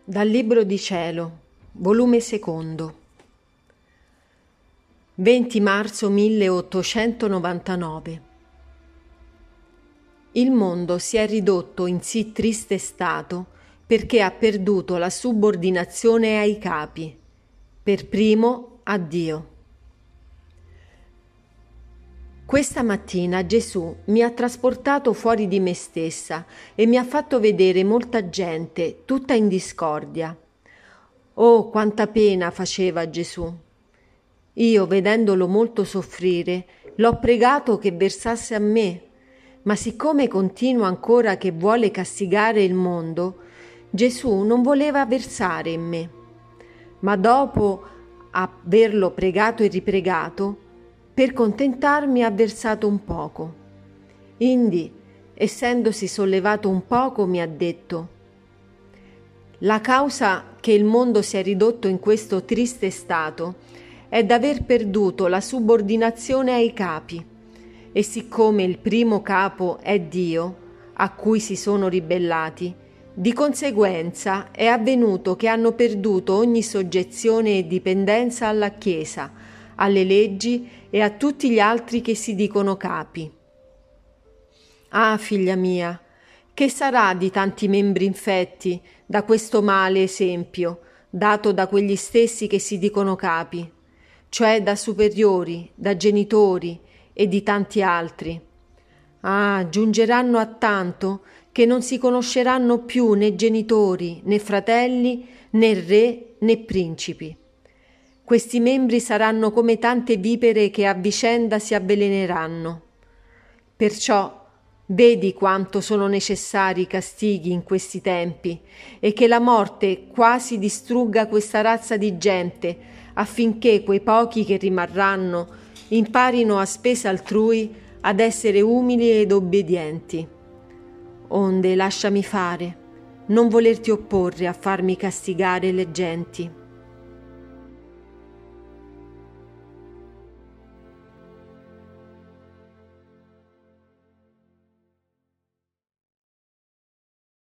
Dal Libro di Cielo, volume secondo, 20 marzo 1899. Il mondo si è ridotto in sì triste stato perché ha perduto la subordinazione ai capi, per primo a Dio. Questa mattina Gesù mi ha trasportato fuori di me stessa e mi ha fatto vedere molta gente, tutta in discordia. Oh, quanta pena faceva Gesù! Io, vedendolo molto soffrire, l'ho pregato che versasse a me, ma siccome continua ancora che vuole castigare il mondo, Gesù non voleva versare in me. Ma dopo averlo pregato e ripregato, per contentarmi ha versato un poco. Indi, essendosi sollevato un poco, mi ha detto: la causa che il mondo si è ridotto in questo triste stato è d'aver perduto la subordinazione ai capi, e siccome il primo capo è Dio, a cui si sono ribellati, di conseguenza è avvenuto che hanno perduto ogni soggezione e dipendenza alla Chiesa, alle leggi e a tutti gli altri che si dicono capi. Ah, figlia mia, che sarà di tanti membri infetti da questo male esempio dato da quegli stessi che si dicono capi, cioè da superiori, da genitori e di tanti altri. Ah, giungeranno a tanto che non si conosceranno più né genitori, né fratelli, né re, né principi. Questi membri saranno come tante vipere che a vicenda si avveleneranno. Perciò vedi quanto sono necessari i castighi in questi tempi e che la morte quasi distrugga questa razza di gente affinché quei pochi che rimarranno imparino a spesa altrui ad essere umili ed obbedienti. Onde lasciami fare, non volerti opporre a farmi castigare le genti.